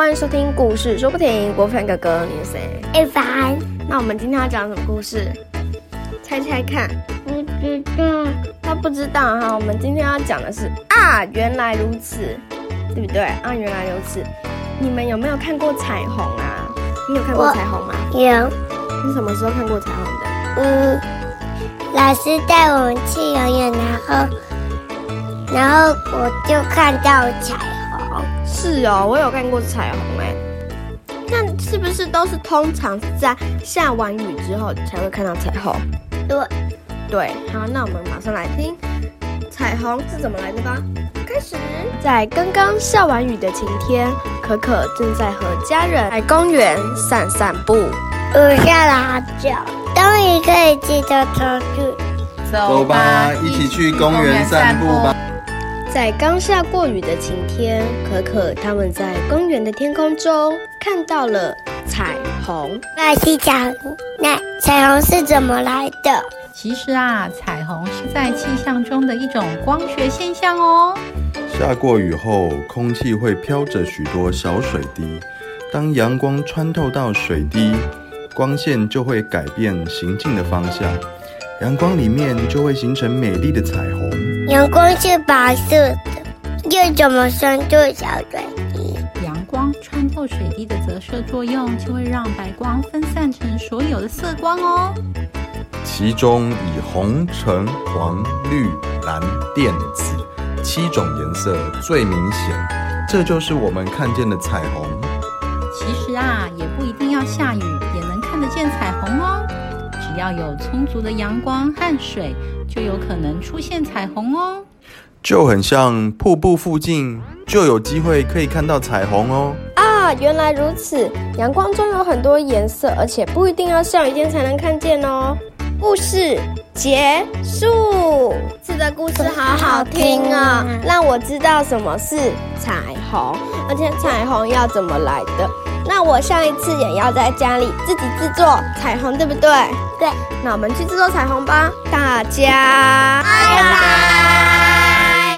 欢迎收听故事说不停，国凡哥哥，你是谁？ 一凡。 那我们今天要讲什么故事？猜猜看。 不知道。 他不知道哈。我们今天要讲的是原来如此，对不对？原来如此。你们有没有看过彩虹啊？你有看过彩虹吗？ 有。 你什么时候看过彩虹的？ 老师带我们去游泳，然后我就看到彩虹。 是哦，我有看过彩虹那是不是都是通常在下完雨之后才会看到彩虹？对，好，那我们马上来听彩虹是怎么来的吧。开始。在刚刚下完雨的晴天，可可正在和家人在公园散步。 我下了好久，终于可以骑着车去。 走吧，一起去公园散步吧。 在刚下过雨的晴天，可可他们在公园的天空中看到了彩虹。 那彩虹是怎么来的？ 其实彩虹是在气象中的一种光学现象哦。 下过雨后，空气会飘着许多小水滴，当阳光穿透到水滴，光线就会改变行进的方向，阳光里面就会形成美丽的彩虹。 阳光是白色的，又怎么穿透小水滴？ 阳光穿透水滴的折射作用，就会让白光分散成所有的色光哦。 其中以红、橙、黄、绿、蓝、靛、紫7种颜色最明显，这就是我们看见的彩虹。 其实也不一定要下雨也能看得见彩虹哦，只要有充足的阳光和水，就有可能出现彩虹哦。 就很像瀑布附近就有机会可以看到彩虹哦。 原来如此，阳光中有很多颜色，而且不一定要下雨天才能看见哦。故事结束。这个故事好好听啊，让我知道什么是彩虹，而且彩虹要怎么来的。那我下一次也要在家里自己制作彩虹，对不对？ 对。 那我们去制作彩虹吧，大家拜拜。